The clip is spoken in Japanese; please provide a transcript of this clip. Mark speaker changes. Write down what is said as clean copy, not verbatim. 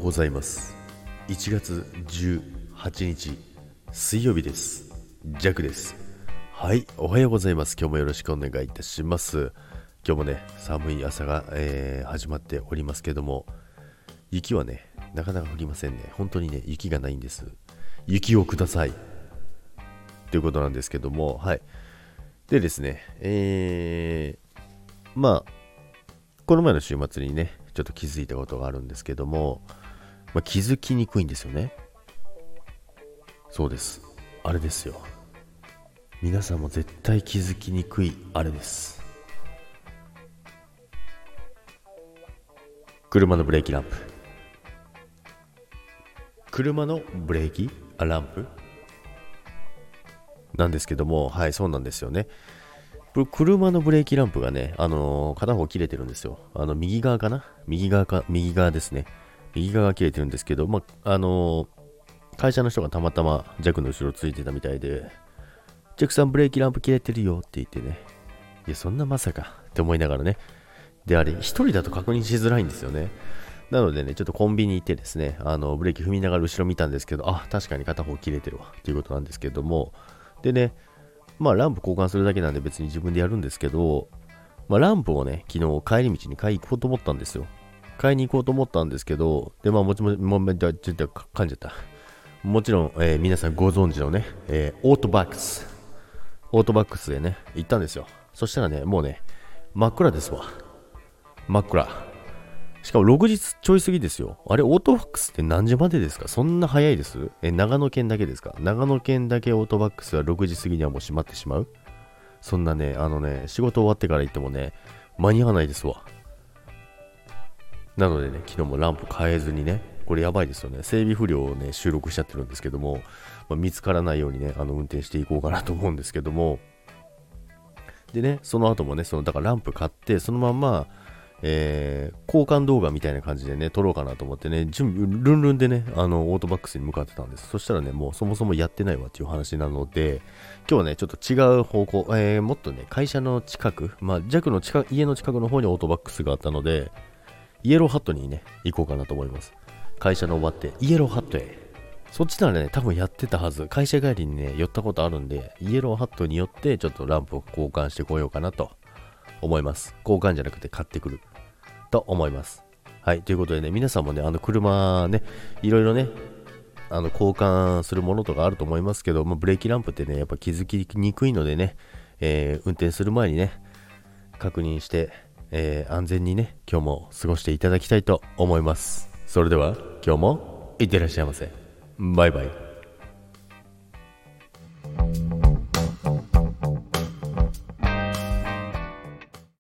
Speaker 1: ございます。1月18日水曜日です。ジャクです。はい、おはようございます。今日もよろしくお願いいたします。今日もね、寒い朝が、始まっておりますけども、雪はね、なかなか降りませんね。本当にね、雪がないんです。雪をくださいということなんですけども、はい。でですね、この前の週末にね、ちょっと気づいたことがあるんですけども、気づきにくいんですよね。そうです。あれですよ。皆さんも絶対気づきにくいあれです。車のブレーキランプ。車のブレーキランプなんですけども、はい、そうなんですよね。車のブレーキランプがね、片方切れてるんですよ。右側かな右側ですね。右側が切れてるんですけど、会社の人がたまたまジャックの後ろついてたみたいで、ジャックさんブレーキランプ切れてるよって言ってね、いや、そんなまさかって思いながらね。で、あれ、一人だと確認しづらいんですよね。なのでね、ちょっとコンビニ行ってですね、ブレーキ踏みながら後ろ見たんですけど、確かに片方切れてるわっていうことなんですけども、でね、ランプ交換するだけなんで別に自分でやるんですけど、ランプをね、昨日帰り道に買いに行こうと思ったんですよ。買いに行こうと思ったんですけど、で、もちろん、ちょっと噛んじゃった。もちろん、皆さんご存知のね、オートバックスでね、行ったんですよ。そしたらね、もうね、真っ暗ですわ。真っ暗。しかも6時ちょい過ぎですよ。あれ、オートバックスって何時までですか？そんな早いです？長野県だけですか？長野県だけオートバックスは6時過ぎにはもう閉まってしまう？そんなね、仕事終わってから行ってもね、間に合わないですわ。なのでね、昨日もランプ変えずにね、これやばいですよね。整備不良をね、収録しちゃってるんですけども、見つからないようにね、運転していこうかなと思うんですけども、でね、その後もね、だからランプ買って、そのまんま、交換動画みたいな感じでね、撮ろうかなと思ってね、ルンルンでね、オートバックスに向かってたんです。そしたらね、もうそもそもやってないわっていう話なので、今日はね、ちょっと違う方向、もっとね、会社の近く、弱の家の近くの方にオートバックスがあったので、イエローハットにね、行こうかなと思います。会社の終わって、イエローハットへ。そっちならね、多分やってたはず。会社帰りにね、寄ったことあるんで、イエローハットによって、ちょっとランプを交換してこようかなと思います。交換じゃなくて買ってくると思います。はい、ということでね、皆さんもね、車ね、いろいろね、交換するものとかあると思いますけど、ブレーキランプってね、やっぱ気づきにくいのでね、運転する前にね、確認して、安全にね、今日も過ごしていただきたいと思います。それでは、今日もいってらっしゃいませ。バイバイ。